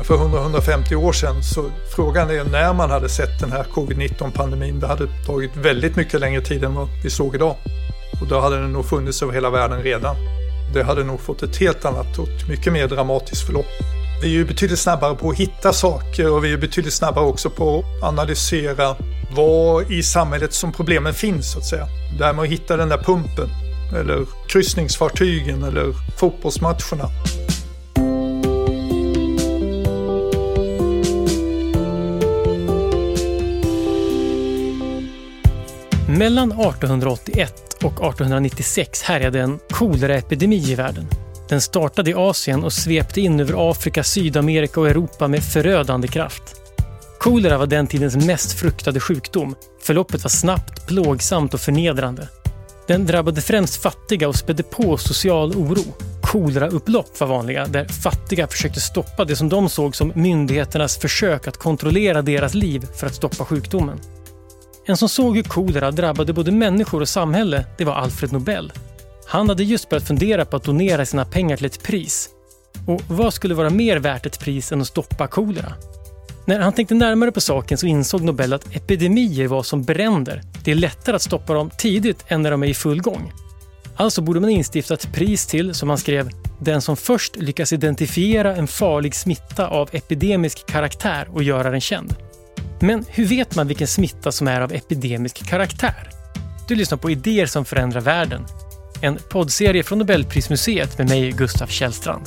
för 100-150 år sedan, så frågan är när man hade sett den här covid-19-pandemin. Det hade tagit väldigt mycket längre tid än vad vi såg idag. Och då hade den nog funnits över hela världen redan. Det hade nog fått ett helt annat och mycket mer dramatiskt förlopp. Vi är ju betydligt snabbare på att hitta saker och vi är betydligt snabbare också på att analysera vad i samhället som problemen finns, så att säga. Det här med att hitta den där pumpen eller kryssningsfartygen eller fotbollsmatcherna. Mellan 1881 och 1896 härjade en koleraepidemi i världen. Den startade i Asien och svepte in över Afrika, Sydamerika och Europa med förödande kraft. Kolera var den tidens mest fruktade sjukdom. Förloppet var snabbt, plågsamt och förnedrande. Den drabbade främst fattiga och spädde på social oro. Koleraupplopp var vanliga, där fattiga försökte stoppa det som de såg som myndigheternas försök att kontrollera deras liv för att stoppa sjukdomen. En som såg hur kolera drabbade både människor och samhälle, det var Alfred Nobel. Han hade just börjat fundera på att donera sina pengar till ett pris. Och vad skulle vara mer värt ett pris än att stoppa kolera? När han tänkte närmare på saken så insåg Nobel att epidemier var som bränder. Det är lättare att stoppa dem tidigt än när de är i full gång. Alltså borde man instifta ett pris till, som han skrev, den som först lyckas identifiera en farlig smitta av epidemisk karaktär och göra den känd. Men hur vet man vilken smitta som är av epidemisk karaktär? Du lyssnar på Idéer som förändrar världen. En poddserie från Nobelprismuseet med mig, Gustav Källstrand.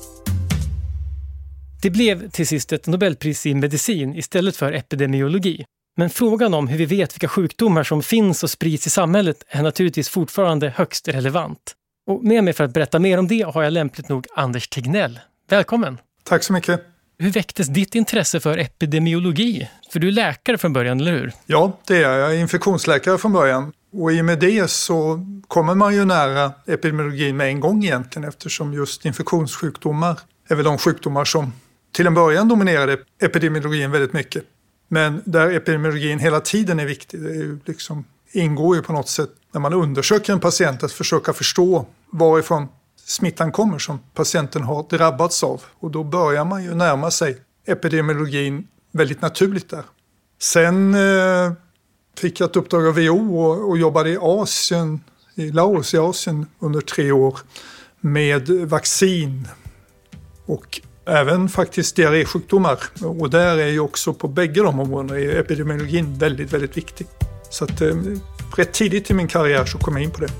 Det blev till sist ett Nobelpris i medicin istället för epidemiologi. Men frågan om hur vi vet vilka sjukdomar som finns och sprids i samhället är naturligtvis fortfarande högst relevant. Och med mig för att berätta mer om det har jag lämpligt nog Anders Tegnell. Välkommen! Tack så mycket! Hur väcktes ditt intresse för epidemiologi? För du är läkare från början, eller hur? Ja, det är jag. Jag är infektionsläkare från början. Och i och med det så kommer man ju nära epidemiologin med en gång egentligen, eftersom just infektionssjukdomar är väl de sjukdomar som till en början dominerade epidemiologin väldigt mycket. Men där epidemiologin hela tiden är viktig. Det är ju liksom, ingår ju på något sätt när man undersöker en patient att försöka förstå varifrån smittan kommer som patienten har drabbats av. Och då börjar man ju närma sig epidemiologin väldigt naturligt där. Sen fick jag ett uppdrag av WHO och jobbade i Asien, i Laos i Asien under 3 år med vaccin och även faktiskt diarrésjukdomar. Och där är ju också på bägge de områdena är epidemiologin väldigt, väldigt viktig. Så att rätt tidigt i min karriär så kom jag in på det.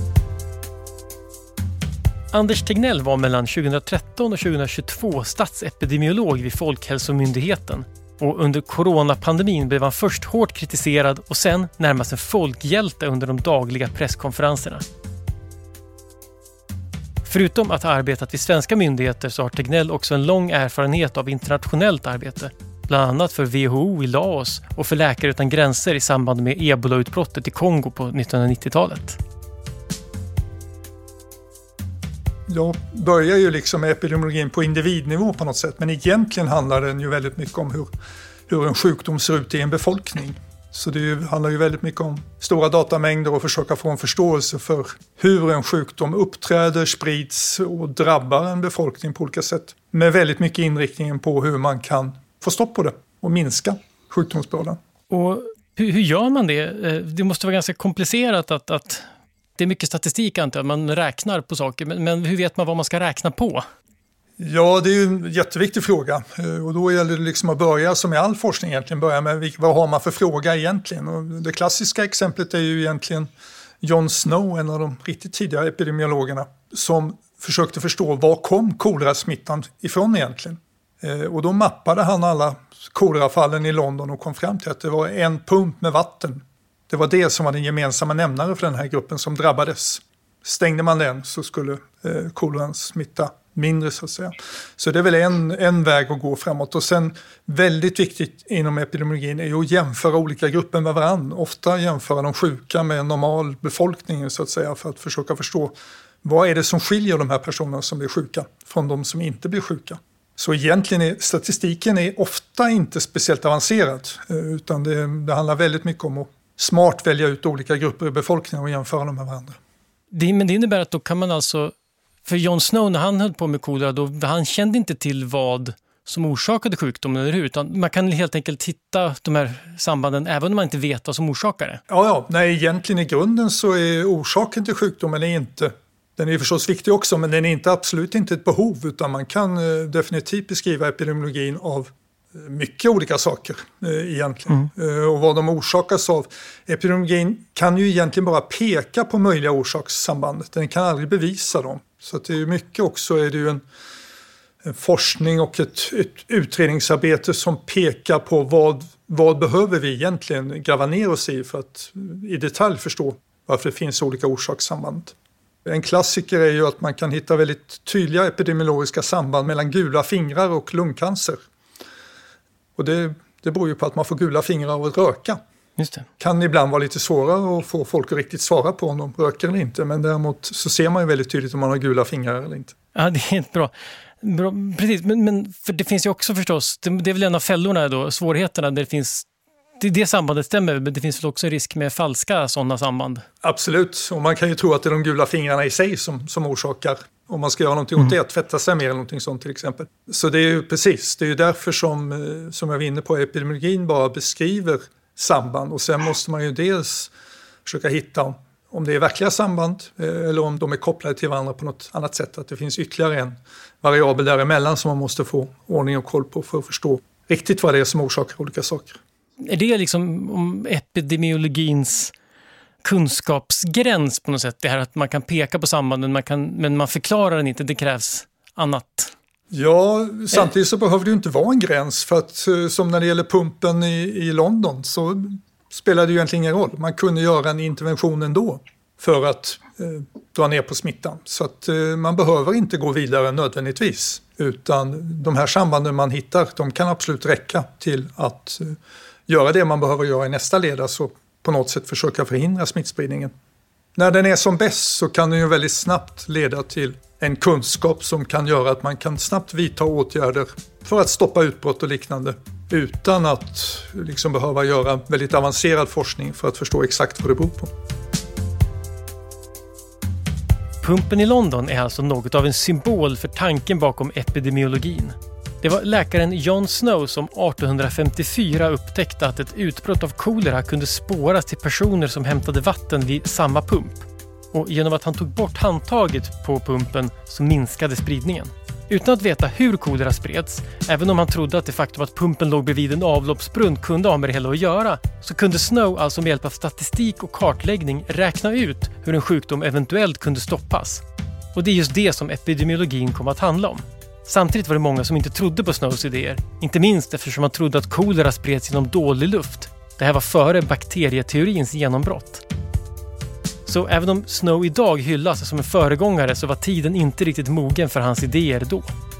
Anders Tegnell var mellan 2013 och 2022 statsepidemiolog vid Folkhälsomyndigheten. Och under coronapandemin blev han först hårt kritiserad och sen närmast en folkhjälte under de dagliga presskonferenserna. Förutom att ha arbetat vid svenska myndigheter så har Tegnell också en lång erfarenhet av internationellt arbete. Bland annat för WHO i Laos och för Läkare utan gränser i samband med Ebola-utbrottet i Kongo på 1990-talet. Jag börjar ju liksom med epidemiologin på individnivå på något sätt, men egentligen handlar den ju väldigt mycket om hur en sjukdom ser ut i en befolkning. Så det handlar ju väldigt mycket om stora datamängder och försöka få en förståelse för hur en sjukdom uppträder, sprids och drabbar en befolkning på olika sätt. Med väldigt mycket inriktningen på hur man kan få stopp på det och minska sjukdomsbördan. Och hur gör man det? Det måste vara ganska komplicerat att det är mycket statistik antar jag, man räknar på saker. Men hur vet man vad man ska räkna på? Ja, det är ju en jätteviktig fråga. Och då gäller det liksom att börja som i all forskning egentligen. Börja med vad har man för fråga egentligen? Och det klassiska exemplet är ju egentligen John Snow, en av de riktigt tidiga epidemiologerna. Som försökte förstå var kom kolerasmittan ifrån egentligen. Och då mappade han alla kolerafallen i London och kom fram till att det var en pump med vatten. Det var det som var den gemensamma nämnare för den här gruppen som drabbades. Stängde man den så skulle koleran smitta mindre så att säga. Så det är väl en väg att gå framåt. Och sen väldigt viktigt inom epidemiologin är ju att jämföra olika grupper med varandra. Ofta jämföra de sjuka med en normal befolkning så att säga för att försöka förstå vad är det som skiljer de här personerna som blir sjuka från de som inte blir sjuka. Så egentligen är statistiken är ofta inte speciellt avancerad utan det handlar väldigt mycket om att smart välja ut olika grupper i befolkningen och jämföra dem med varandra. Men det innebär att då kan man alltså, för John Snow när han höll på med kolera, då han kände inte till vad som orsakade sjukdomen, eller hur? Utan man kan helt enkelt hitta de här sambanden även om man inte vet vad som orsakar det. Ja. Nej, egentligen i grunden så är orsaken till sjukdomen inte... Den är förstås viktig också, men den är absolut inte ett behov, utan man kan definitivt beskriva epidemiologin av mycket olika saker egentligen. Och vad de orsakas av. Epidemiologin kan ju egentligen bara peka på möjliga orsakssambandet. Den kan aldrig bevisa dem. Så att det är mycket också är det ju en forskning och ett utredningsarbete som pekar på vad behöver vi egentligen gräva ner oss i för att i detalj förstå varför det finns olika orsakssamband. En klassiker är ju att man kan hitta väldigt tydliga epidemiologiska samband mellan gula fingrar och lungcancer. Och det beror ju på att man får gula fingrar av att röka. Just det. Kan ibland vara lite svårare att få folk att riktigt svara på om de röker eller inte. Men däremot så ser man ju väldigt tydligt om man har gula fingrar eller inte. Ja, det är bra. Precis, men för det finns ju också förstås, det är väl en av fällorna då, svårigheterna där det finns, det sambandet stämmer, men det finns väl också risk med falska sådana samband? Absolut, och man kan ju tro att det är de gula fingrarna i sig som orsakar, om man ska göra någonting åt det, att tvätta sig mer eller någonting sånt till exempel. Så det är ju precis, det är ju därför som jag var inne på, epidemiologin bara beskriver samband, och sen måste man ju dels försöka hitta om det är verkliga samband eller om de är kopplade till varandra på något annat sätt, att det finns ytterligare en variabel däremellan som man måste få ordning och koll på för att förstå riktigt vad det är som orsakar olika saker. Är det liksom om epidemiologins kunskapsgräns på något sätt, det här att man kan peka på sambanden men man förklarar den inte, det krävs annat? Ja, samtidigt så behöver det ju inte vara en gräns, för att som när det gäller pumpen i London så spelade det ju egentligen ingen roll. Man kunde göra en intervention ändå för att dra ner på smittan. Så att man behöver inte gå vidare nödvändigtvis, utan de här sambanden man hittar, de kan absolut räcka till att göra det man behöver göra i nästa led, alltså på något sätt försöka förhindra smittspridningen. När den är som bäst så kan den ju väldigt snabbt leda till en kunskap som kan göra att man kan snabbt vidta åtgärder för att stoppa utbrott och liknande, utan att liksom behöva göra väldigt avancerad forskning för att förstå exakt vad det beror på. Pumpen i London är alltså något av en symbol för tanken bakom epidemiologin. Det var läkaren John Snow som 1854 upptäckte att ett utbrott av kolera kunde spåras till personer som hämtade vatten vid samma pump. Och genom att han tog bort handtaget på pumpen så minskade spridningen. Utan att veta hur kolera spreds, även om han trodde att det faktum att pumpen låg bredvid en avloppsbrunn kunde ha med det hela att göra, så kunde Snow alltså med hjälp av statistik och kartläggning räkna ut hur en sjukdom eventuellt kunde stoppas. Och det är just det som epidemiologin kom att handla om. Samtidigt var det många som inte trodde på Snows idéer, inte minst eftersom man trodde att kolera spreds genom dålig luft. Det här var före bakterieteorins genombrott. Så även om Snow idag hyllas som en föregångare så var tiden inte riktigt mogen för hans idéer då.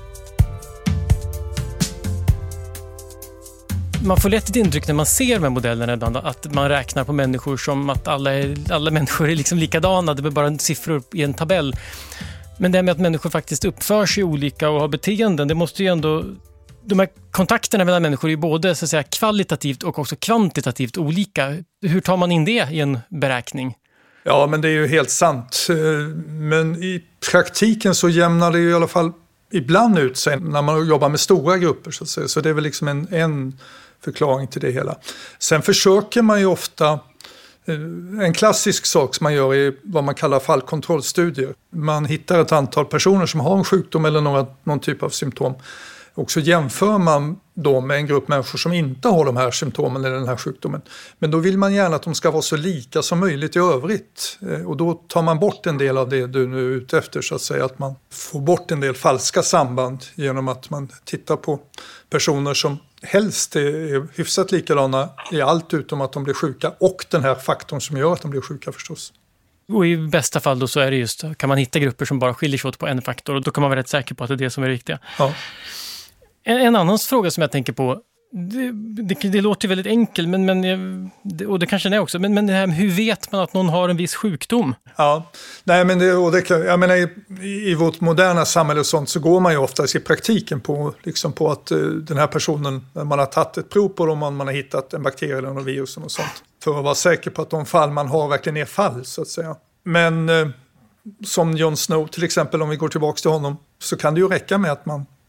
Man får lätt ett intryck när man ser de här modellerna ibland att man räknar på människor som att alla människor är liksom likadana, det är bara siffror i en tabell. Men det med att människor faktiskt uppför sig olika och har beteenden, det måste ju ändå... De här kontakterna mellan människor är ju både så att säga kvalitativt och också kvantitativt olika. Hur tar man in det i en beräkning? Ja, men det är ju helt sant. Men i praktiken så jämnar det ju i alla fall ibland ut sig när man jobbar med stora grupper. Så att säga. Så det är väl liksom en förklaring till det hela. Sen försöker man ju ofta... En klassisk sak som man gör är vad man kallar fallkontrollstudier. Man hittar ett antal personer som har en sjukdom eller någon typ av symptom. Och så jämför man dem med en grupp människor som inte har de här symptomen eller den här sjukdomen. Men då vill man gärna att de ska vara så lika som möjligt i övrigt. Och då tar man bort en del av det du nu är ute efter, så att säga. Att man får bort en del falska samband genom att man tittar på personer som helst är hyfsat likadana i allt utom att de blir sjuka. Och den här faktorn som gör att de blir sjuka förstås. Och i bästa fall då så är det just, kan man hitta grupper som bara skiljer sig åt på en faktor, och då kan man vara rätt säker på att det är det som är det viktiga. Ja. En annan fråga som jag tänker på, det låter väldigt enkelt, och det kanske är också, men det här med hur vet man att någon har en viss sjukdom? Ja, nej men jag menar, i vårt moderna samhälle och sånt så går man ju oftast i praktiken på att den här personen, när man har tagit ett prov på dem, man har hittat en bakterie eller något virus och sånt, för att vara säker på att de fall man har verkligen är fall, så att säga. Men som John Snow till exempel, om vi går tillbaka till honom, så kan det ju räcka med att man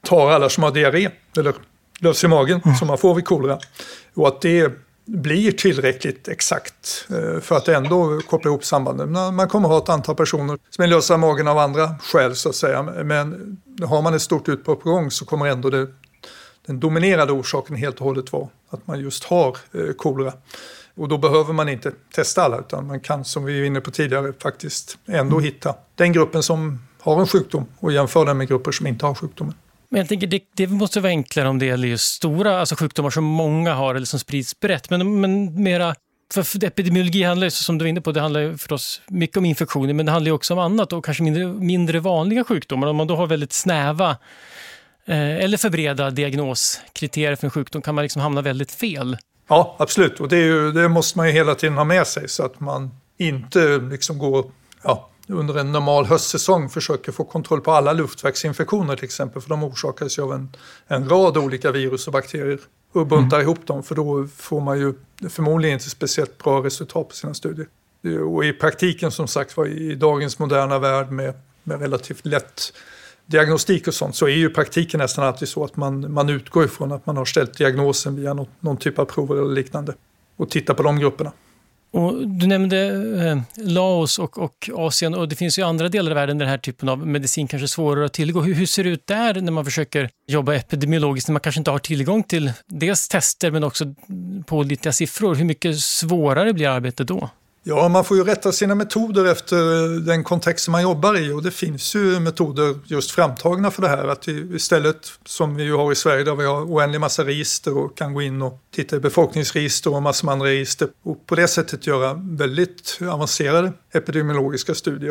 tar alla som har diarré eller lös i magen som man får vid kolera. Och att det blir tillräckligt exakt för att ändå koppla ihop sambanden. Man kommer ha ett antal personer som är lösa i magen av andra skäl så att säga. Men har man ett stort utbrott på gång så kommer ändå den dominerade orsaken helt och hållet vara att man just har kolera. Och då behöver man inte testa alla utan man kan, som vi var inne på tidigare, faktiskt ändå hitta den gruppen som har en sjukdom och jämföra den med grupper som inte har sjukdomen. Men jag tänker det måste vara enklare om det gäller just stora sjukdomar som många har eller som sprids brett. Men mera, för epidemiologi handlar ju, som du var inne på, det handlar ju förstås mycket om infektioner, men det handlar ju också om annat och kanske mindre vanliga sjukdomar. Om man då har väldigt snäva eller för breda diagnoskriterier för en sjukdom kan man liksom hamna väldigt fel. Ja, absolut. Och det måste man ju hela tiden ha med sig så att man inte liksom går under en normal höstsäsong försöker få kontroll på alla luftvägsinfektioner till exempel. För de orsakas ju av en rad olika virus och bakterier och buntar ihop dem. För då får man ju förmodligen inte speciellt bra resultat på sina studier. Och i praktiken som sagt var i dagens moderna värld med relativt lätt diagnostik och sånt så är ju praktiken nästan alltid så att man utgår ifrån att man har ställt diagnosen via någon typ av prover eller liknande och tittar på de grupperna. Och du nämnde Laos och Asien och det finns ju andra delar av världen där den här typen av medicin kanske är svårare att tillgå. Hur ser det ut där när man försöker jobba epidemiologiskt när man kanske inte har tillgång till dels tester men också pålitliga siffror? Hur mycket svårare blir arbetet då? Ja, man får ju rätta sina metoder efter den kontext som man jobbar i och det finns ju metoder just framtagna för det här. Att istället som vi ju har i Sverige där vi har oändlig massa register och kan gå in och titta i befolkningsregister och massor med andra register och på det sättet göra väldigt avancerade epidemiologiska studier.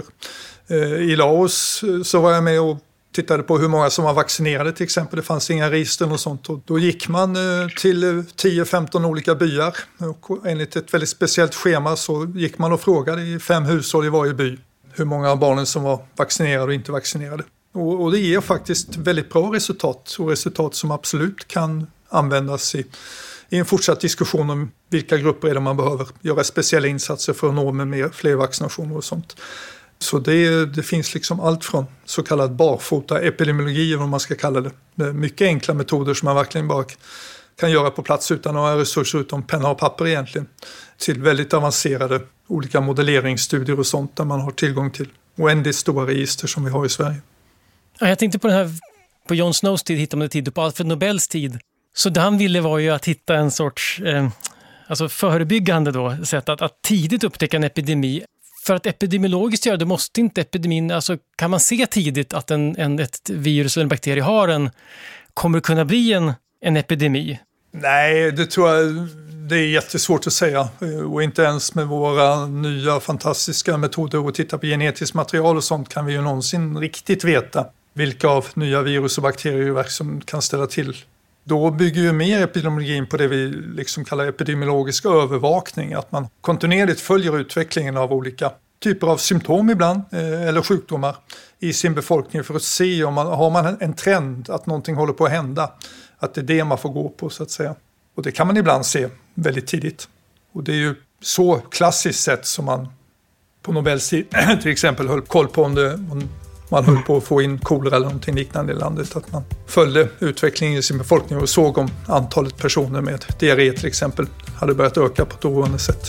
I Laos så var jag med och tittade på hur många som var vaccinerade till exempel. Det fanns inga register och sånt. Och då gick man till 10-15 olika byar. Och enligt ett väldigt speciellt schema så gick man och frågade i 5 hushåll i varje by hur många av barnen som var vaccinerade och inte vaccinerade. Och det ger faktiskt väldigt bra resultat. Och resultat som absolut kan användas i en fortsatt diskussion om vilka grupper är det man behöver göra speciella insatser för att nå med fler vaccinationer och sånt. Så det finns liksom allt från så kallad barfota epidemiologi, vad man ska kalla det. Med mycket enkla metoder som man verkligen bara kan göra på plats utan några resurser, utan penna och papper egentligen. Till väldigt avancerade olika modelleringsstudier och sånt där man har tillgång till oändligt stora register som vi har i Sverige. Ja, jag tänkte på den här, på John Snows tid hittade man tid och på Alfred Nobels tid. Så det han ville var ju att hitta en sorts förebyggande då, sätt att tidigt upptäcka en epidemi. För att epidemiologiskt göra det måste inte epidemin, kan man se tidigt att ett virus eller en bakterie kommer kunna bli en epidemi? Nej, det tror jag det är jättesvårt att säga. Och inte ens med våra nya fantastiska metoder att titta på genetiskt material och sånt kan vi ju någonsin riktigt veta vilka av nya virus och bakterier som kan ställa till. Då bygger ju mer epidemiologin på det vi liksom kallar epidemiologisk övervakning. Att man kontinuerligt följer utvecklingen av olika typer av symptom ibland eller sjukdomar i sin befolkning för att se om har man en trend att någonting håller på att hända. Att det är det man får gå på så att säga. Och det kan man ibland se väldigt tidigt. Och det är ju så klassiskt sätt som man på Nobels tid till exempel höll koll på om man höll på att få in kolera eller någonting liknande i landet. Att man följde utvecklingen i sin befolkning och såg om antalet personer med diarré till exempel hade börjat öka på ett oroande sätt.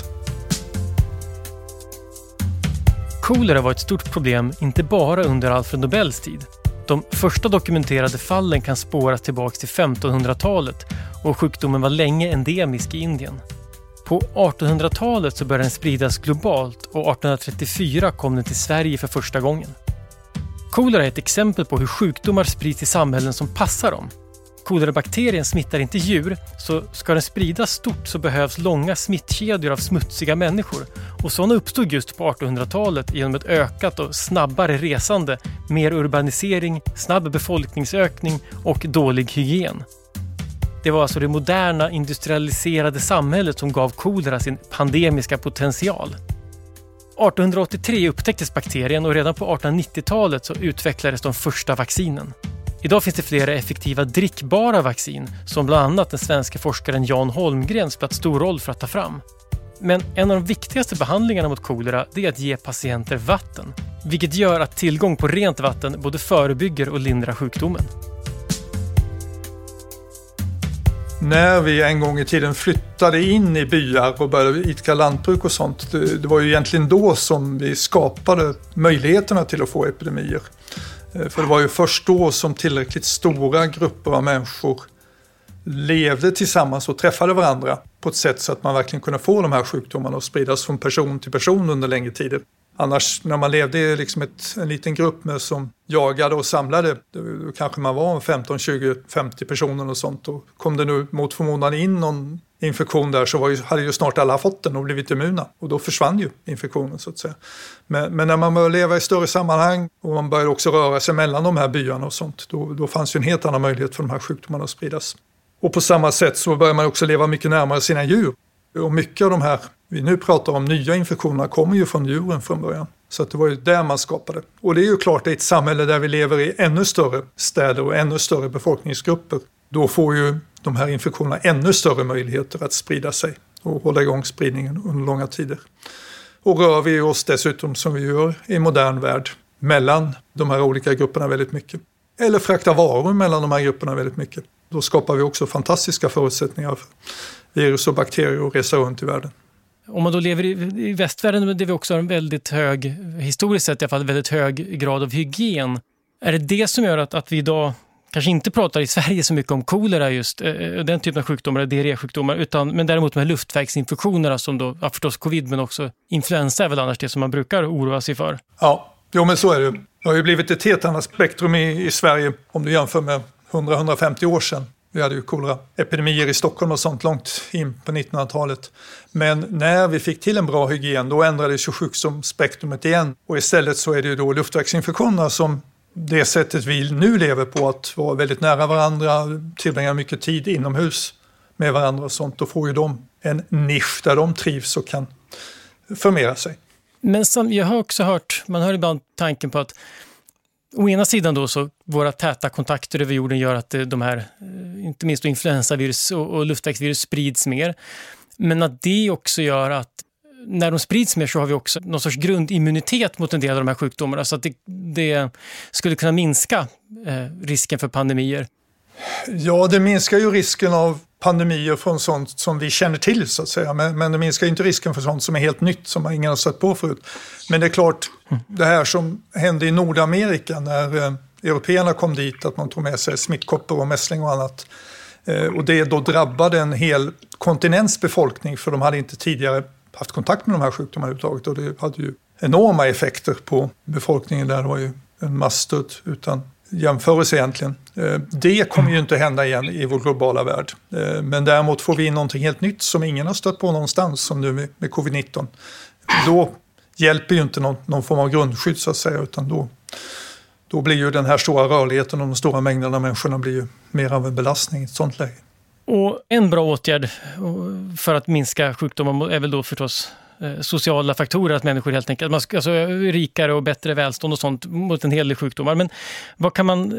Kolera var ett stort problem inte bara under Alfred Nobels tid. De första dokumenterade fallen kan spåras tillbaka till 1500-talet och sjukdomen var länge endemisk i Indien. På 1800-talet så började den spridas globalt och 1834 kom den till Sverige för första gången. Kolera är ett exempel på hur sjukdomar sprids i samhällen som passar dem. Kolerabakterien smittar inte djur, så ska den spridas stort så behövs långa smittkedjor av smutsiga människor. Och sådana uppstod just på 1800-talet genom ett ökat och snabbare resande, mer urbanisering, snabb befolkningsökning och dålig hygien. Det var alltså det moderna industrialiserade samhället som gav kolera sin pandemiska potential. 1883 upptäcktes bakterien och redan på 1890-talet så utvecklades de första vaccinen. Idag finns det flera effektiva drickbara vaccin som bland annat den svenska forskaren Jan Holmgren spelat stor roll för att ta fram. Men en av de viktigaste behandlingarna mot kolera är att ge patienter vatten, vilket gör att tillgång på rent vatten både förebygger och lindrar sjukdomen. När vi en gång i tiden flyttade in i byar och började idka lantbruk och sånt, det var ju egentligen då som vi skapade möjligheterna till att få epidemier. För det var ju först då som tillräckligt stora grupper av människor levde tillsammans och träffade varandra på ett sätt så att man verkligen kunde få de här sjukdomarna och spridas från person till person under längre tider. Annars när man levde i liksom en liten grupp med som jagade och samlade, då kanske man var 15, 20, 50 personer och sånt. Och kom det nu mot förmodan in någon infektion där så hade ju snart alla fått den och blivit immuna. Och då försvann ju infektionen så att säga. Men när man började leva i större sammanhang och man började också röra sig mellan de här byarna och sånt, då fanns ju en helt annan möjlighet för de här sjukdomarna att spridas. Och på samma sätt så börjar man också leva mycket närmare sina djur. Och mycket av de här vi nu pratar om nya infektioner kommer ju från djuren från början. Så att det var ju där man skapade. Och det är ju klart, det är ett samhälle där vi lever i ännu större städer och ännu större befolkningsgrupper. Då får ju de här infektionerna ännu större möjligheter att sprida sig och hålla igång spridningen under långa tider. Och rör vi oss dessutom som vi gör i modern värld mellan de här olika grupperna väldigt mycket. Eller frakta varor mellan de här grupperna väldigt mycket. Då skapar vi också fantastiska förutsättningar för virus och bakterier att resa runt i världen. Om man då lever i västvärlden där vi också har en väldigt hög, historiskt sett i alla fall, väldigt hög grad av hygien. Är det som gör att vi idag kanske inte pratar i Sverige så mycket om kolera just, den typen av sjukdomar, diarrésjukdomar, men däremot med luftvägsinfektionerna som då, ja, förstås covid men också influensa är väl annars det som man brukar oroa sig för? Ja, jo, men så är det. Det har ju blivit ett helt annat spektrum i Sverige om du jämför med 100-150 år sedan. Vi hade ju koleraepidemier i Stockholm och sånt långt in på 1900-talet. Men när vi fick till en bra hygien då ändrades ju sjukdomsspektrumet igen. Och istället så är det ju då luftvägsinfektioner som det sättet vi nu lever på, att vara väldigt nära varandra, tillbringa mycket tid inomhus med varandra och sånt. Då får ju de en nisch där de trivs och kan förmera sig. Men jag har också hört, man hör ibland tanken på att å ena sidan då så våra täta kontakter över jorden gör att de här, inte minst influensavirus och luftvägsvirus sprids mer. Men att det också gör att när de sprids mer så har vi också någon sorts grundimmunitet mot en del av de här sjukdomarna. Så att det skulle kunna minska risken för pandemier. Ja, det minskar ju risken av pandemier från sånt som vi känner till så att säga. Men det minskar inte risken för sånt som är helt nytt som ingen har sett på förut. Men det är klart, det här som hände i Nordamerika när européerna kom dit, att man tog med sig smittkoppor och mässling och annat. Och det då drabbade en hel kontinents befolkning för de hade inte tidigare haft kontakt med de här sjukdomarna överhuvudtaget. Och det hade ju enorma effekter på befolkningen där. Det var ju en massdöd utan jämförelse egentligen. Det kommer ju inte hända igen i vår globala värld. Men däremot får vi in någonting helt nytt som ingen har stött på någonstans som nu med covid-19. Då hjälper ju inte någon form av grundskydd så att säga, utan då blir ju den här stora rörligheten och de stora mängderna av människorna blir ju mer av en belastning i ett sånt läge. Och en bra åtgärd för att minska sjukdomar är väl då förstås sociala faktorer, att människor helt enkelt alltså rikare och bättre välstånd och sånt mot en hel del sjukdomar. Men vad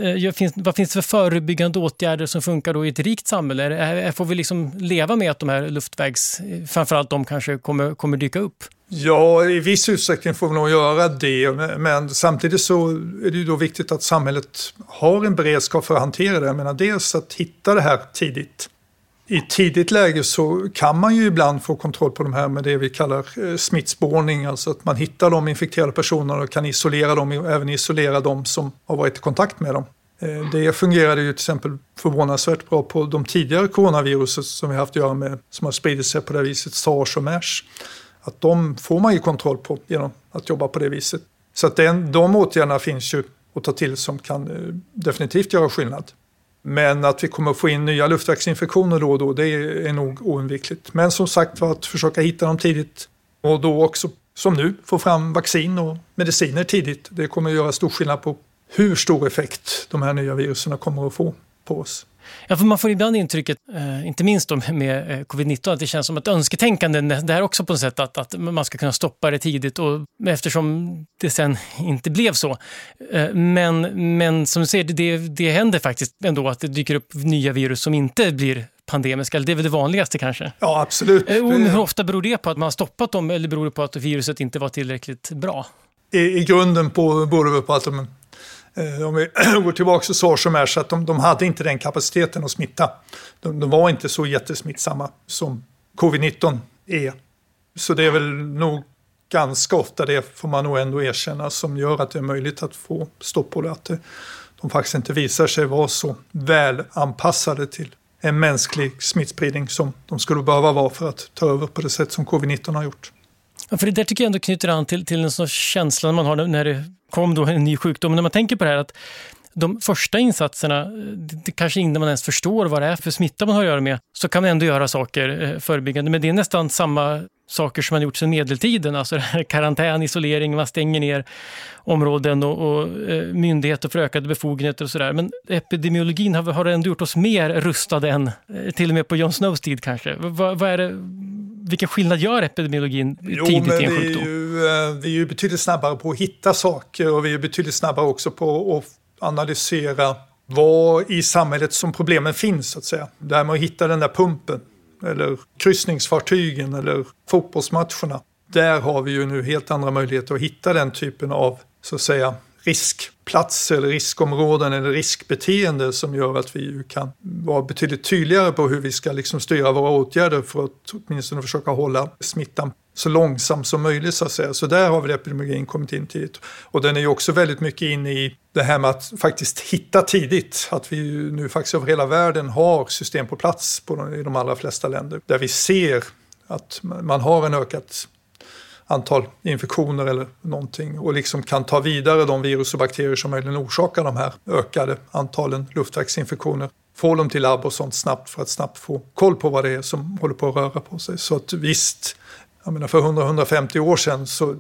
finns det för förebyggande åtgärder som funkar då i ett rikt samhälle? Får vi liksom leva med att de här luftvägs, framförallt de kanske kommer dyka upp? Ja, i viss utsträckning får vi nog göra det, men samtidigt så är det ju då viktigt att samhället har en beredskap för att hantera det. Jag menar, dels att hitta det här tidigt. I tidigt läge så kan man ju ibland få kontroll på de här med det vi kallar smittspårning, alltså att man hittar de infekterade personerna och kan isolera dem och även isolera dem som har varit i kontakt med dem. Det fungerade ju till exempel förvånansvärt bra på de tidigare coronaviruset som vi haft att göra med, som har spridit sig på det viset, SARS och MERS. Att de får man ju kontroll på genom att jobba på det viset. Så att de åtgärderna finns ju att ta till som kan definitivt göra skillnad. Men att vi kommer att få in nya luftvägsinfektioner då och då, det är nog oundvikligt. Men som sagt, för att försöka hitta dem tidigt och då också, som nu, få fram vaccin och mediciner tidigt. Det kommer att göra stor skillnad på hur stor effekt de här nya virusen kommer att få på oss. Ja, för man får ibland intrycket, inte minst med covid-19, att det känns som ett önsketänkande. Det här också på något sätt att man ska kunna stoppa det tidigt, och eftersom det sen inte blev så. Men som du säger, det händer faktiskt ändå att det dyker upp nya virus som inte blir pandemiska. Det är väl det vanligaste kanske? Ja, absolut. Hur ofta beror det på att man har stoppat dem, eller beror det på att viruset inte var tillräckligt bra? I grunden beror det på att de Om vi går tillbaka så sa som är så att de hade inte den kapaciteten att smitta. De var inte så jättesmittsamma som covid-19 är. Så det är väl nog ganska ofta det, får man nog ändå erkänna, som gör att det är möjligt att få stopp på det. Att de faktiskt inte visar sig vara så väl anpassade till en mänsklig smittspridning som de skulle behöva vara för att ta över på det sätt som covid-19 har gjort. Ja, för det där tycker jag ändå knyter an till en sån känsla man har när det kom då en ny sjukdom. När man tänker på det här att de första insatserna, det kanske innan man ens förstår vad det är för smitta man har att göra med, så kan man ändå göra saker förebyggande. Men det är nästan samma saker som man gjort sedan medeltiden. Alltså karantän, isolering, man stänger ner områden och myndigheter för ökade befogenheter och sådär. Men epidemiologin har ändå gjort oss mer rustade än till och med på Jon Snows tid kanske. Vad är det, vilken skillnad gör epidemiologin tidigt i en sjukdom? Vi är ju betydligt snabbare på att hitta saker, och vi är betydligt snabbare också på att analysera vad i samhället som problemen finns, så att säga. Det här med att hitta den där pumpen eller kryssningsfartygen eller fotbollsmatcherna. Där har vi ju nu helt andra möjligheter att hitta den typen av, så att säga, riskplatser eller riskområden eller riskbeteende som gör att vi kan vara betydligt tydligare på hur vi ska liksom styra våra åtgärder för att åtminstone försöka hålla smittan så långsamt som möjligt, så att säga. Så där har väl epidemiologin kommit in tidigt. Och den är ju också väldigt mycket inne i det här med att faktiskt hitta tidigt. Att vi nu faktiskt över hela världen har system på plats i de allra flesta länder. Där vi ser att man har en ökat antal infektioner eller någonting och liksom kan ta vidare de virus och bakterier som möjligen orsakar de här ökade antalen luftvägsinfektioner. Få dem till labb och sånt snabbt för att snabbt få koll på vad det är som håller på att röra på sig. Så att visst, jag menar för 100-150 år sedan så,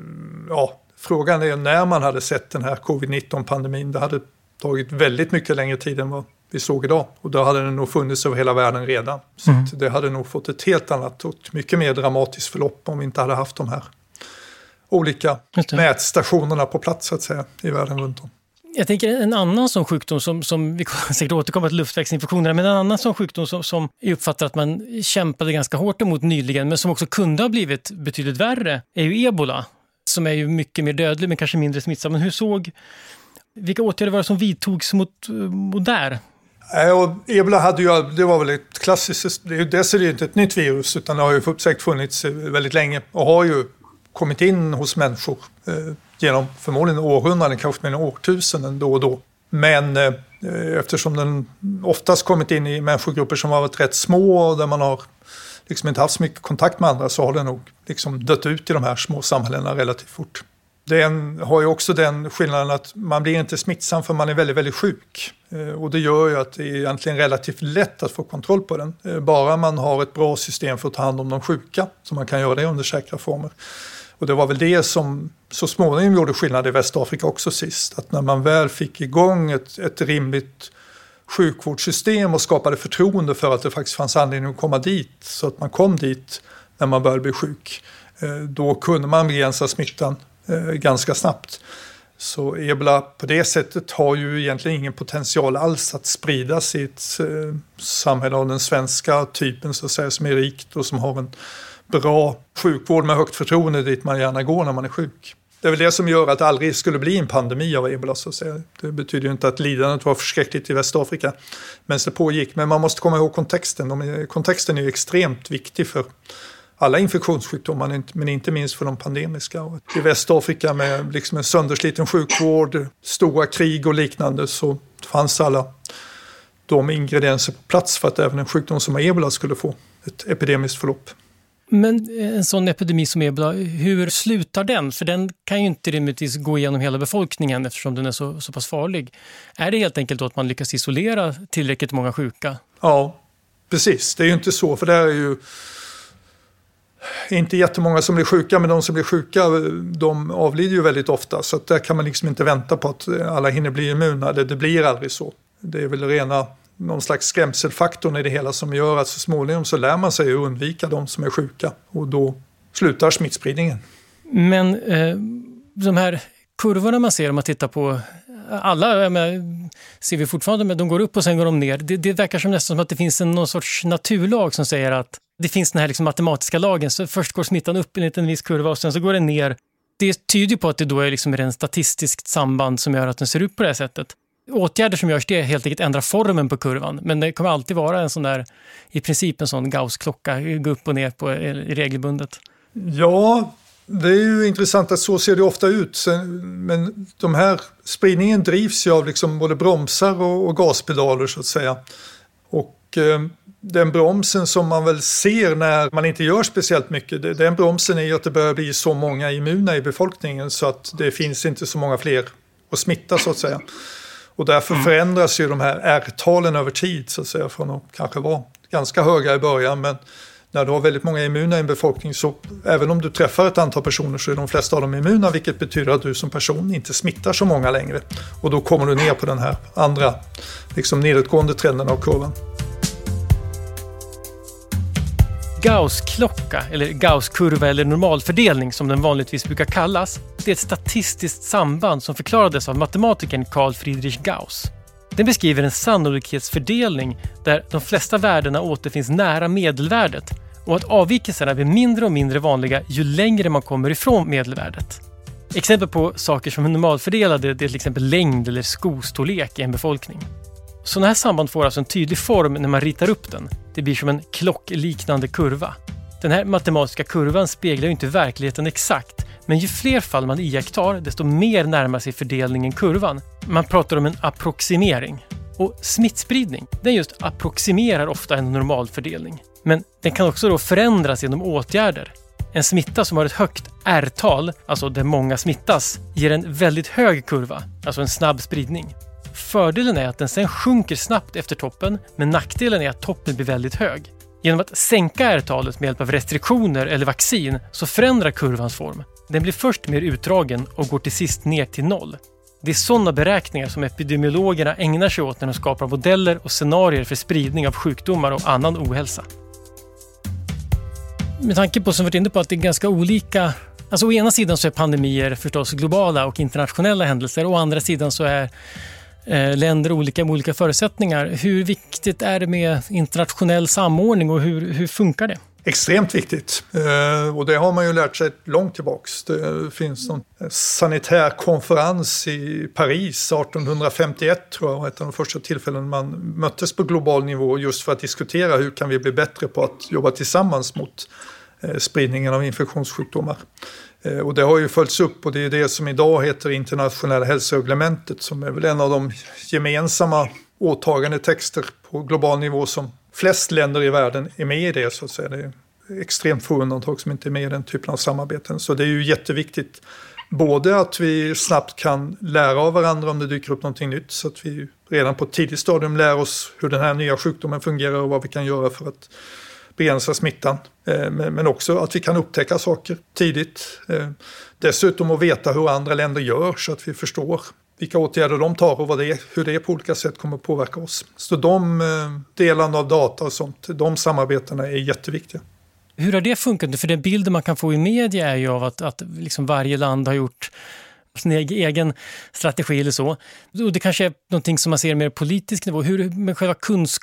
ja, frågan är när man hade sett den här covid-19-pandemin. Det hade tagit väldigt mycket längre tid än vad vi såg idag. Och då hade den nog funnits över hela världen redan. Så att det hade nog fått ett helt annat och mycket mer dramatiskt förlopp om vi inte hade haft de här olika mätstationerna på plats, så att säga, i världen runt om. Jag tänker en annan sån sjukdom som vi kommer säkert återkomma till luftvägsinfektioner, men en annan sån sjukdom som jag uppfattar att man kämpade ganska hårt emot nyligen, men som också kunde ha blivit betydligt värre, är ju ebola, som är ju mycket mer dödlig men kanske mindre smittsam. Men vilka åtgärder var det som vidtogs mot där? Och ebola hade ju, det var väl ett klassiskt, det är ju inte ett nytt virus utan det har ju säkert funnits väldigt länge och har ju kommit in hos människor genom förmodligen århundraden, kanske med årtusenden då och då. Men eftersom den oftast kommit in i människogrupper som har varit rätt små och där man har liksom inte haft så mycket kontakt med andra, så har den nog liksom dött ut i de här små samhällena relativt fort. Den har ju också den skillnaden att man blir inte smittsam för man är väldigt, väldigt sjuk. Och det gör ju att det är egentligen relativt lätt att få kontroll på den. Bara man har ett bra system för att ta hand om de sjuka, så man kan göra det under säkra former. Och det var väl det som så småningom gjorde skillnad i Västafrika också sist. Att när man väl fick igång ett rimligt sjukvårdssystem och skapade förtroende för att det faktiskt fanns anledning att komma dit, så att man kom dit när man började bli sjuk, då kunde man begränsa smittan ganska snabbt. Så ebola på det sättet har ju egentligen ingen potential alls att spridas i ett samhälle av den svenska typen, så att säga, som är rikt och som har en bra sjukvård med högt förtroende dit man gärna går när man är sjuk. Det är väl det som gör att det aldrig skulle bli en pandemi av ebola, så att säga. Det betyder ju inte att lidandet var förskräckligt i Västafrika medan det pågick, men man måste komma ihåg kontexten. Kontexten är ju extremt viktig för alla infektionssjukdomar, men inte minst för de pandemiska. Och i Västafrika med liksom en söndersliten sjukvård, stora krig och liknande, så fanns alla de ingredienser på plats för att även en sjukdom som ebola skulle få ett epidemiskt förlopp. Men en sån epidemi som ebola, hur slutar den? För den kan ju inte rimligtvis gå igenom hela befolkningen eftersom den är så pass farlig. Är det helt enkelt då att man lyckas isolera tillräckligt många sjuka? Ja, precis. Det är ju inte så, för det är ju inte jättemånga som blir sjuka, men de som blir sjuka, de avlider ju väldigt ofta. Så att där kan man liksom inte vänta på att alla hinner bli immuna. Det blir aldrig så. Det är väl rena någon slags skrämselfaktorn i det hela som gör att så småningom så lär man sig att undvika de som är sjuka. Och då slutar smittspridningen. Men de här kurvorna man ser om man tittar på alla, ser vi fortfarande, men de går upp och sen går de ner. Det verkar som nästan som att det finns någon sorts naturlag som säger att det finns den här liksom matematiska lagen. Så först går smittan upp enligt en viss kurva och sen så går den ner Det tyder på att det då är liksom en statistiskt samband som gör att den ser ut på det här sättet. Åtgärder som görs det är helt enkelt ändra formen på kurvan. Men det kommer alltid vara en sån där, i princip en sån Gauss-klocka, gå upp och ner på regelbundet. Ja, det är ju intressant att så ser det ofta ut. Men de här spridningen drivs ju av liksom både bromsar och gaspedaler så att säga. Och den bromsen som man väl ser när man inte gör speciellt mycket, den bromsen är ju att det börjar bli så många immuna i befolkningen så att det finns inte så många fler att smitta så att säga. Och därför förändras ju de här R-talen över tid så att säga, från att kanske vara ganska höga i början, men när du har väldigt många immuna i en befolkning så även om du träffar ett antal personer så är de flesta av dem immuna, vilket betyder att du som person inte smittar så många längre. Och då kommer du ner på den här andra liksom nedåtgående trenden av kurvan. Gauss-klocka, eller Gauss-kurva eller normalfördelning som den vanligtvis brukar kallas, det är ett statistiskt samband som förklarades av matematikern Carl Friedrich Gauss. Den beskriver en sannolikhetsfördelning där de flesta värdena återfinns nära medelvärdet och att avvikelserna blir mindre och mindre vanliga ju längre man kommer ifrån medelvärdet. Exempel på saker som är normalfördelade är till exempel längd eller skostorlek i en befolkning. Sådana här samband får alltså en tydlig form när man ritar upp den. Det blir som en klockliknande kurva. Den här matematiska kurvan speglar ju inte verkligheten exakt, men ju fler fall man iakttar, desto mer närmar sig fördelningen kurvan. Man pratar om en approximering. Och smittspridning, den just approximerar ofta en normalfördelning. Men den kan också då förändras genom åtgärder. En smitta som har ett högt R-tal, alltså där många smittas, ger en väldigt hög kurva, alltså en snabb spridning. Fördelen är att den sen sjunker snabbt efter toppen, men nackdelen är att toppen blir väldigt hög. Genom att sänka R-talet med hjälp av restriktioner eller vaccin så förändrar kurvans form. Den blir först mer utdragen och går till sist ner till 0. Det är sådana beräkningar som epidemiologerna ägnar sig åt när de skapar modeller och scenarier för spridning av sjukdomar och annan ohälsa. Med tanke på som vi varit inne på att det är ganska olika. Alltså å ena sidan så är pandemier förstås globala och internationella händelser, och å andra sidan så är länder olika med olika förutsättningar. Hur viktigt är det med internationell samordning och hur funkar det? Extremt viktigt, och det har man ju lärt sig långt tillbaks. Det finns en sanitär konferens i Paris 1851 tror jag, ett av de första tillfällen man möttes på global nivå just för att diskutera hur kan vi bli bättre på att jobba tillsammans mot spridningen av infektionssjukdomar. Och det har ju följts upp, och det är det som idag heter internationella hälsoreglementet, som är väl en av de gemensamma åtagande texter på global nivå som flest länder i världen är med i det så att säga. Det är extremt få undantag som inte är med i den typen av samarbeten. Så det är ju jätteviktigt både att vi snabbt kan lära av varandra om det dyker upp någonting nytt, så att vi redan på ett tidigt stadium lär oss hur den här nya sjukdomen fungerar och vad vi kan göra för att begränsa smittan. Men också att vi kan upptäcka saker tidigt. Dessutom att veta hur andra länder gör så att vi förstår vilka åtgärder de tar och hur det på olika sätt kommer att påverka oss. Så de delarna av data och sånt, de samarbetena är jätteviktiga. Hur har det funkat? För den bilden man kan få i media är ju av att liksom varje land har gjort sin egen strategi eller så. Och det kanske är någonting som man ser mer politisk nivå. Hur med själva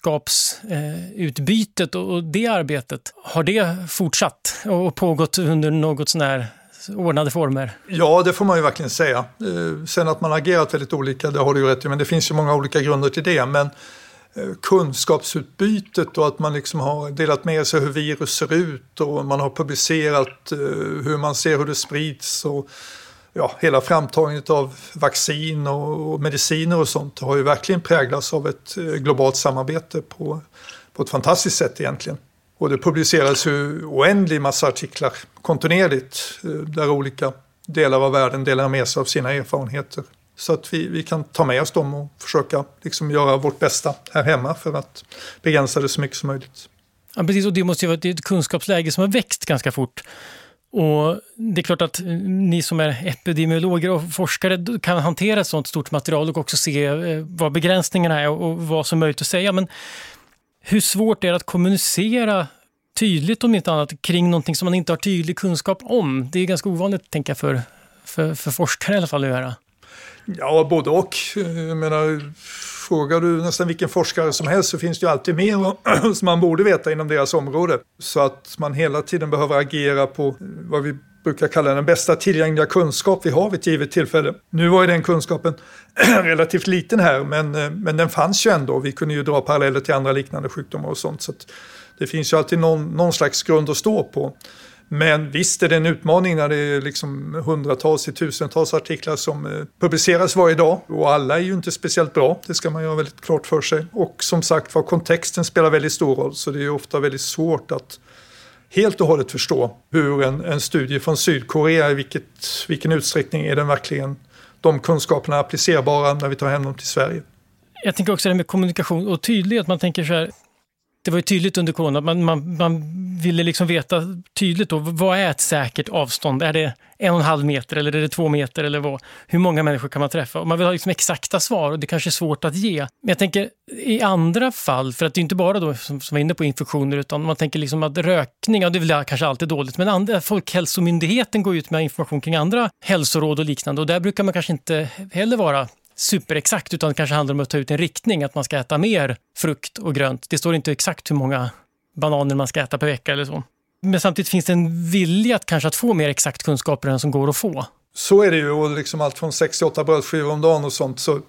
kunskapsutbytet och det arbetet, har det fortsatt och pågått under något sån här ordnade former? Ja, det får man ju verkligen säga. Sen att man agerat väldigt olika, det har du ju rätt i, men det finns ju många olika grunder till det. Men kunskapsutbytet och att man liksom har delat med sig hur virus ser ut och man har publicerat hur man ser hur det sprids och hela framtagandet av vaccin och mediciner och sånt har ju verkligen präglats av ett globalt samarbete på ett fantastiskt sätt egentligen. Och det publiceras ju oändlig massa artiklar kontinuerligt där olika delar av världen delar med sig av sina erfarenheter. Så att vi kan ta med oss dem och försöka liksom göra vårt bästa här hemma för att begränsa det så mycket som möjligt. Ja, precis, och det måste ju vara ett kunskapsläge som har växt ganska fort. Och det är klart att ni som är epidemiologer och forskare kan hantera ett sådant stort material och också se vad begränsningarna är och vad som är möjligt att säga. Men hur svårt är det att kommunicera tydligt om inte annat kring någonting som man inte har tydlig kunskap om? Det är ganska ovanligt, tänker jag, för forskare i alla fall att göra. Ja, både och. Jag menar, frågar du nästan vilken forskare som helst så finns det ju alltid mer som man borde veta inom deras område. Så att man hela tiden behöver agera på vad vi brukar kalla den bästa tillgängliga kunskap vi har vid ett givet tillfälle. Nu var ju den kunskapen relativt liten här, men den fanns ju ändå. Vi kunde ju dra paralleller till andra liknande sjukdomar och sånt. Så att det finns ju alltid någon slags grund att stå på. Men visst är det en utmaning när det är liksom hundratals till tusentals artiklar som publiceras varje dag. Och alla är ju inte speciellt bra, det ska man ju ha väldigt klart för sig. Och som sagt, kontexten spelar väldigt stor roll, så det är ju ofta väldigt svårt att helt och hållet förstå hur en studie från Sydkorea, i vilken utsträckning är den verkligen de kunskaperna applicerbara när vi tar hem dem till Sverige. Jag tänker också det med kommunikation och tydlighet. Man tänker så här, det var ju tydligt under corona, man ville liksom veta tydligt då, vad är ett säkert avstånd? Är det 1,5 meter eller är det 2 meter eller vad? Hur många människor kan man träffa? Och man vill ha liksom exakta svar och det kanske är svårt att ge. Men jag tänker i andra fall, för att det är inte bara då som var inne på infektioner, utan man tänker liksom att rökning, ja, det är väl kanske alltid dåligt, men Folkhälsomyndigheten går ut med information kring andra hälsoråd och liknande, och där brukar man kanske inte heller vara superexakt, utan det kanske handlar om att ta ut en riktning, att man ska äta mer frukt och grönt. Det står inte exakt hur många bananer man ska äta per vecka eller så. Men samtidigt finns det en vilja att få mer exakt kunskaper än som går att få. Så är det ju, och liksom allt från 68 brödskivor om dagen och sånt, så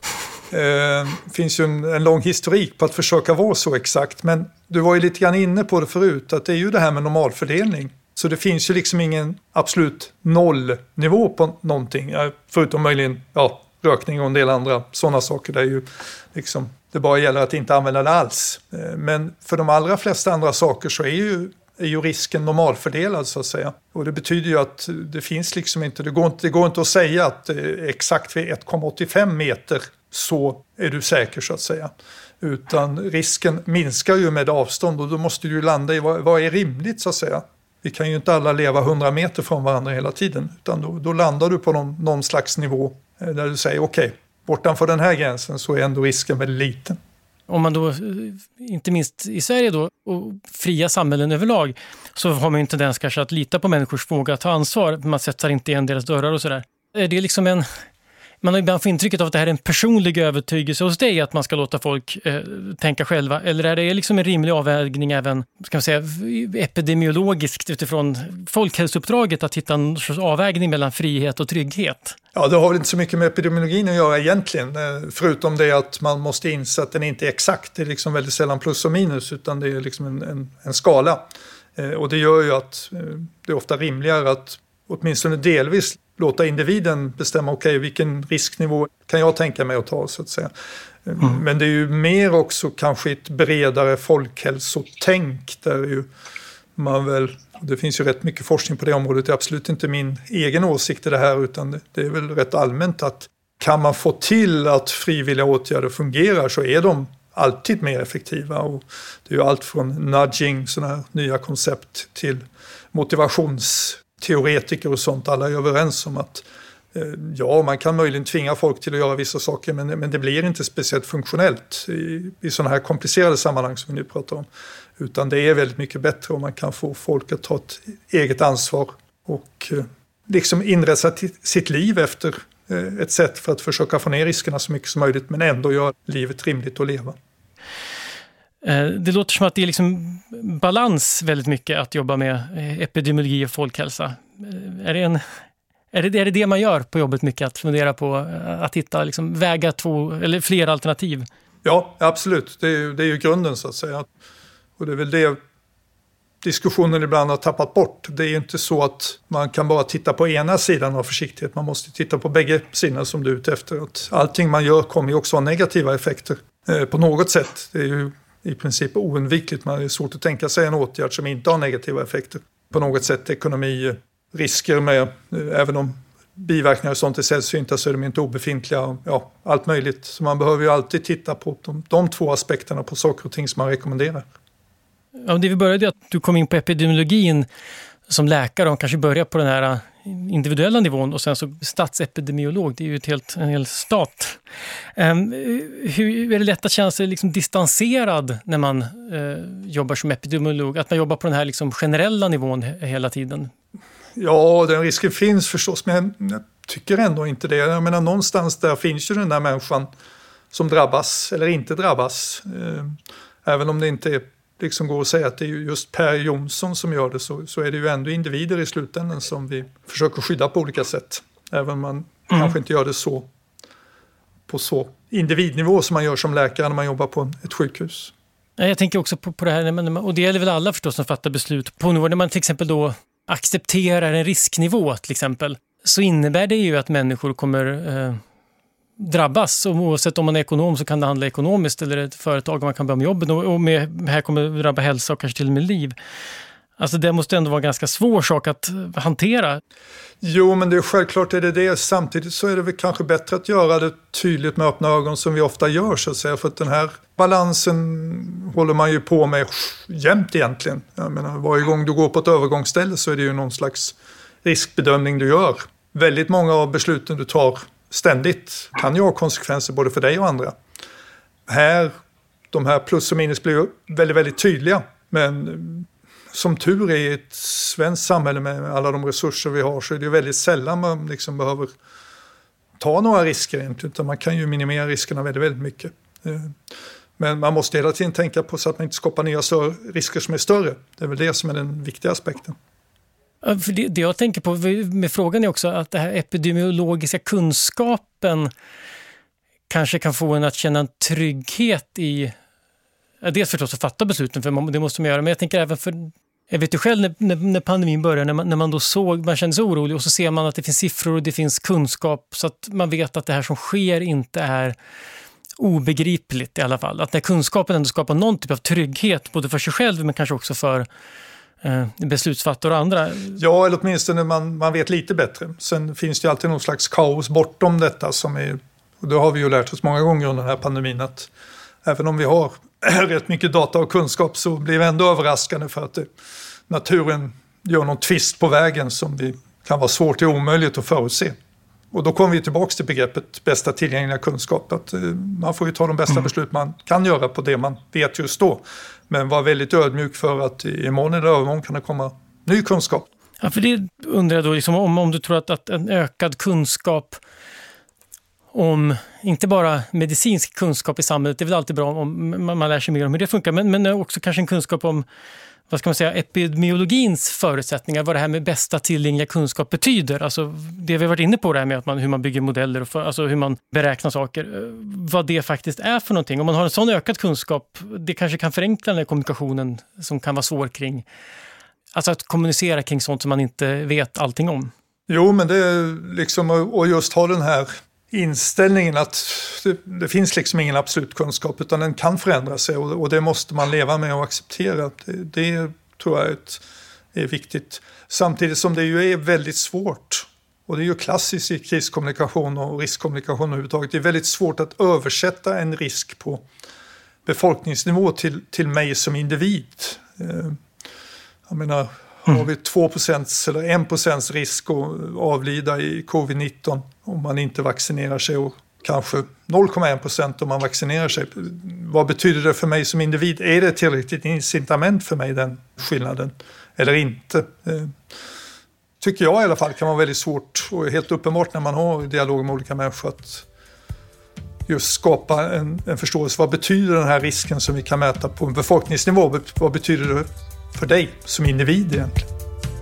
finns ju en lång historik på att försöka vara så exakt. Men du var ju lite grann inne på det förut, att det är ju det här med normalfördelning. Så det finns ju liksom ingen absolut nollnivå på någonting, förutom möjligen rökning och en del andra sådana saker där ju liksom det bara gäller att inte använda det alls. Men för de allra flesta andra saker så är ju risken normalfördelad, så att säga. Och det betyder ju att det finns liksom inte, det går inte att säga att exakt vid 1,85 meter så är du säker, så att säga. Utan risken minskar ju med avstånd, och då måste du ju landa i vad är rimligt, så att säga. Vi kan ju inte alla leva 100 meter från varandra hela tiden, utan då landar du på någon slags nivå där du säger okej, bortanför den här gränsen så är ändå risken väldigt liten. Om man då, inte minst i Sverige då, och fria samhällen överlag, så har man ju en tendens kanske att lita på människors förmåga att ta ansvar. Man sätter inte igen deras dörrar och sådär. Är det liksom man har ibland fått intrycket av att det här är en personlig övertygelse hos dig, att man ska låta folk tänka själva, eller är det liksom en rimlig avvägning även, ska man säga, epidemiologiskt utifrån folkhälsouppdraget, att hitta en sorts avvägning mellan frihet och trygghet? Ja, det har väl inte så mycket med epidemiologin att göra egentligen, förutom det att man måste inse att den inte är exakt. Det är liksom väldigt sällan plus och minus, utan det är liksom en skala. Och det gör ju att det är ofta rimligare att åtminstone delvis låta individen bestämma vilken risknivå kan jag tänka mig att ta, så att säga. Men det är ju mer också kanske ett bredare folkhälsotänk där ju man väl, det finns ju rätt mycket forskning på det området, det är absolut inte min egen åsikt i det här, utan det är väl rätt allmänt att kan man få till att frivilliga åtgärder fungerar så är de alltid mer effektiva, och det är ju allt från nudging, sådana här nya koncept, till motivationsteoretiker och sånt. Alla är överens om att man kan möjligen tvinga folk till att göra vissa saker, men det blir inte speciellt funktionellt i sådana här komplicerade sammanhang som vi nu pratar om. Utan det är väldigt mycket bättre om man kan få folk att ta ett eget ansvar och liksom inrätta sitt liv efter ett sätt för att försöka få ner riskerna så mycket som möjligt, men ändå göra livet rimligt att leva. Det låter som att det är liksom balans väldigt mycket att jobba med epidemiologi och folkhälsa. Är det man gör på jobbet mycket, att fundera på att hitta liksom väga 2 eller fler alternativ? Ja, absolut. Det är ju grunden, så att säga. Och det är väl det diskussionen ibland har tappat bort. Det är ju inte så att man kan bara titta på ena sidan av försiktighet. Man måste titta på bägge sidor som du är ute efter. Att allting man gör kommer ju också ha negativa effekter på något sätt. Det är ju i princip oundvikligt. Man är svårt att tänka sig en åtgärd som inte har negativa effekter. På något sätt ekonomi, risker med, även om biverkningar och sånt är sällsynta så är de inte obefintliga. Ja, allt möjligt. Så man behöver ju alltid titta på de två aspekterna på saker och ting som man rekommenderar. Ja, det vi började att du kom in på epidemiologin som läkare och kanske börja på den här individuella nivån, och sen så statsepidemiolog, det är ju en hel stat. Hur är det lätt att känna sig liksom distanserad när man jobbar som epidemiolog? Att man jobbar på den här liksom generella nivån hela tiden? Ja, den risken finns förstås, men jag tycker ändå inte det. Jag menar, någonstans där finns ju den där människan som drabbas eller inte drabbas. Även om det inte är liksom går att säga att det är just Per Jonsson som gör det, så är det ju ändå individer i slutändan som vi försöker skydda på olika sätt. Även om man kanske inte gör det på så individnivå som man gör som läkare när man jobbar på ett sjukhus. Jag tänker också på det här, och det gäller väl alla förstås som fattar beslut på nivå. När man till exempel då accepterar en risknivå till exempel, så innebär det ju att människor kommer drabbas. Och oavsett om man är ekonom så kan det handla ekonomiskt, eller ett företag man kan börja med jobbet, och här kommer det drabba hälsa och kanske till och med liv. Alltså det måste ändå vara en ganska svår sak att hantera. Jo, men det är självklart är det. Samtidigt så är det väl kanske bättre att göra det tydligt med öppna ögon som vi ofta gör, så att säga. För att den här balansen håller man ju på med jämt egentligen. Jag menar, varje gång du går på ett övergångsställe så är det ju någon slags riskbedömning du gör. Väldigt många av besluten du tar ständigt kan ju ha konsekvenser både för dig och andra. De här plus och minus blir väldigt, väldigt tydliga. Men som tur är i ett svenskt samhälle med alla de resurser vi har, så är det väldigt sällan man liksom behöver ta några risker egentligen, utan man kan ju minimera riskerna väldigt, väldigt mycket. Men man måste hela tiden tänka på så att man inte skapar nya risker som är större. Det är väl det som är den viktiga aspekten. För det jag tänker på med frågan är också att den här epidemiologiska kunskapen kanske kan få en att känna en trygghet i, dels förstås att fatta besluten, för det måste man göra, men jag tänker även för, jag vet ju själv när pandemin började, när man då man kände sig orolig, och så ser man att det finns siffror och det finns kunskap, så att man vet att det här som sker inte är obegripligt i alla fall. Att när kunskapen ändå skapar någon typ av trygghet både för sig själv men kanske också för beslutsfattare och andra. Ja, eller åtminstone man vet lite bättre. Sen finns det ju alltid någon slags kaos bortom detta som är, och det har vi ju lärt oss många gånger under den här pandemin, att även om vi har rätt mycket data och kunskap så blir vi ändå överraskande för att naturen gör någon twist på vägen som vi kan vara svårt till omöjligt att förutse. Och då kommer vi tillbaka till begreppet bästa tillgängliga kunskap. Att man får ju ta de bästa beslut man kan göra på det man vet just då. Men vara väldigt ödmjuk för att imorgon eller övermorgon kan det komma ny kunskap. Ja, för det undrar jag då, liksom, om du tror att en ökad kunskap om, inte bara medicinsk kunskap i samhället, det är väl alltid bra om man lär sig mer om hur det funkar, men också kanske en kunskap om, vad ska man säga, epidemiologins förutsättningar, vad det här med bästa tillgängliga kunskap betyder. Alltså det vi har varit inne på, det här med att hur man bygger modeller och alltså hur man beräknar saker, vad det faktiskt är för någonting. Om man har en sån ökad kunskap, det kanske kan förenkla den här kommunikationen som kan vara svår kring, alltså att kommunicera kring sånt som man inte vet allting om. Jo, men det är liksom, och just ha den här inställningen att det finns liksom ingen absolut kunskap, utan den kan förändra sig, och det måste man leva med och acceptera. Det tror jag är viktigt. Samtidigt som det ju är väldigt svårt, och det är ju klassiskt i kriskommunikation och riskkommunikation överhuvudtaget, det är väldigt svårt att översätta en risk på befolkningsnivå till mig som individ. Jag menar, har vi 2% eller 1% risk att avlida i covid-19 om man inte vaccinerar sig, och kanske 0,1% om man vaccinerar sig. Vad betyder det för mig som individ? Är det tillräckligt incitament för mig, den skillnaden, eller inte? Tycker jag i alla fall kan vara väldigt svårt, och helt uppenbart när man har dialog med olika människor, att just skapa en förståelse. Vad betyder den här risken som vi kan mäta på en befolkningsnivå? Vad betyder det för dig som individ egentligen?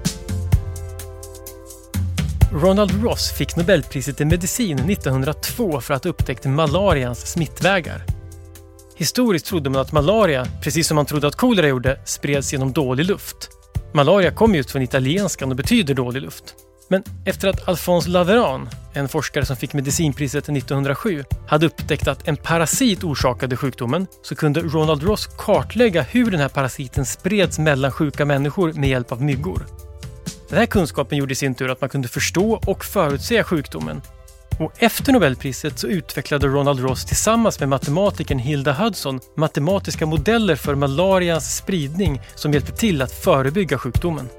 Ronald Ross fick Nobelpriset i medicin 1902 för att ha upptäckt malarians smittvägar. Historiskt trodde man att malaria, precis som man trodde att kolera gjorde, spreds genom dålig luft. Malaria kom just från italienskan och betyder dålig luft. Men efter att Alphonse Laveran, en forskare som fick medicinpriset 1907, hade upptäckt att en parasit orsakade sjukdomen, så kunde Ronald Ross kartlägga hur den här parasiten spreds mellan sjuka människor med hjälp av myggor. Den här kunskapen gjorde i sin tur att man kunde förstå och förutse sjukdomen. Och efter Nobelpriset så utvecklade Ronald Ross tillsammans med matematikern Hilda Hudson matematiska modeller för malarians spridning som hjälpte till att förebygga sjukdomen.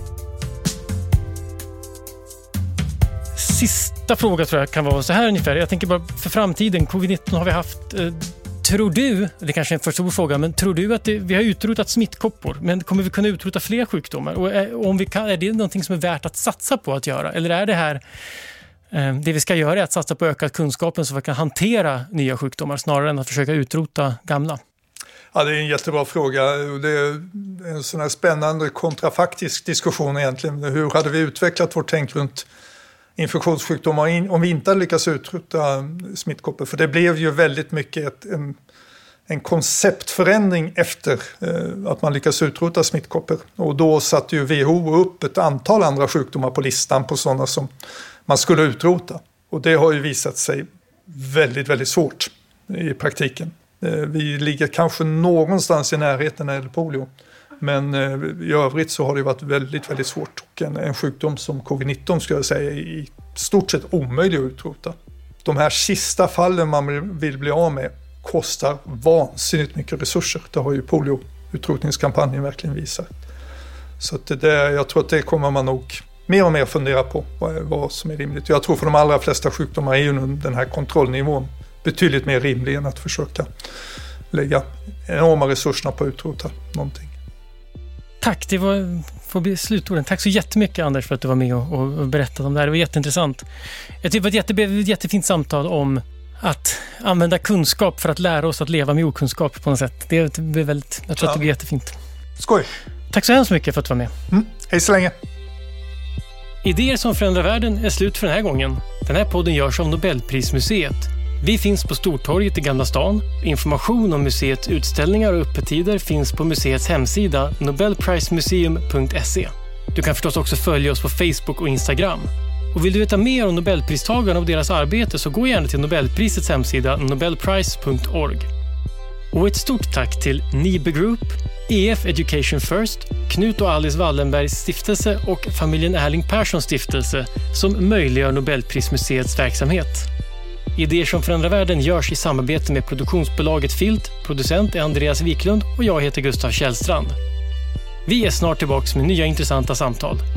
Sista fråga tror jag kan vara så här ungefär. Jag tänker bara för framtiden, covid-19 har vi haft. Tror du, det kanske är en för stor fråga, men tror du att vi har utrotat smittkoppor, men kommer vi kunna utrota fler sjukdomar? Och om vi kan, är det någonting som är värt att satsa på att göra? Eller är det här, det vi ska göra är att satsa på ökad kunskapen så vi kan hantera nya sjukdomar snarare än att försöka utrota gamla? Ja, det är en jättebra fråga. Det är en sån här spännande kontrafaktisk diskussion egentligen. Hur hade vi utvecklat vårt tänk runt infektionssjukdomar om vi inte hade lyckats utrota smittkoppor? För det blev ju väldigt mycket en konceptförändring efter att man lyckades utrota smittkoppor. Och då satte ju WHO upp ett antal andra sjukdomar på listan på sådana som man skulle utrota. Och det har ju visat sig väldigt, väldigt svårt i praktiken. Vi ligger kanske någonstans i närheten när det gäller polio. Men i övrigt så har det varit väldigt, väldigt svårt. Och en sjukdom som covid-19 skulle jag säga är i stort sett omöjlig att utrota. De här sista fallen man vill bli av med kostar vansinnigt mycket resurser. Det har ju polioutrotningskampanjen verkligen visat. Så att jag tror att det kommer man nog mer och mer fundera på vad som är rimligt. Jag tror för de allra flesta sjukdomar är ju den här kontrollnivån betydligt mer rimlig än att försöka lägga enorma resurserna på att utrota någonting. Tack, det får bli slutorden. Tack så jättemycket Anders för att du var med och berättade om det här. Det var jätteintressant. Jag tycker det var ett jättefint samtal om att använda kunskap för att lära oss att leva med okunskap på något sätt. Det blir väldigt, jag tror att det blir jättefint. Skoj. Tack så hemskt mycket för att du var med. Hej så länge. Idéer som förändrar världen är slut för den här gången. Den här podden görs av Nobelprismuseet. Vi finns på Stortorget i Gamla stan. Information om museets utställningar och öppettider finns på museets hemsida nobelprismuseum.se. Du kan förstås också följa oss på Facebook och Instagram. Och vill du veta mer om Nobelpristagarna och deras arbete så gå gärna till Nobelprisets hemsida nobelprice.org. Och ett stort tack till Nibe Group, EF Education First, Knut och Alice Wallenbergs stiftelse och familjen Erling Perssons stiftelse som möjliggör Nobelprismuseets verksamhet. Idéer som förändrar världen görs i samarbete med produktionsbolaget Filt, producent är Andreas Wiklund och jag heter Gustav Källstrand. Vi är snart tillbaka med nya intressanta samtal.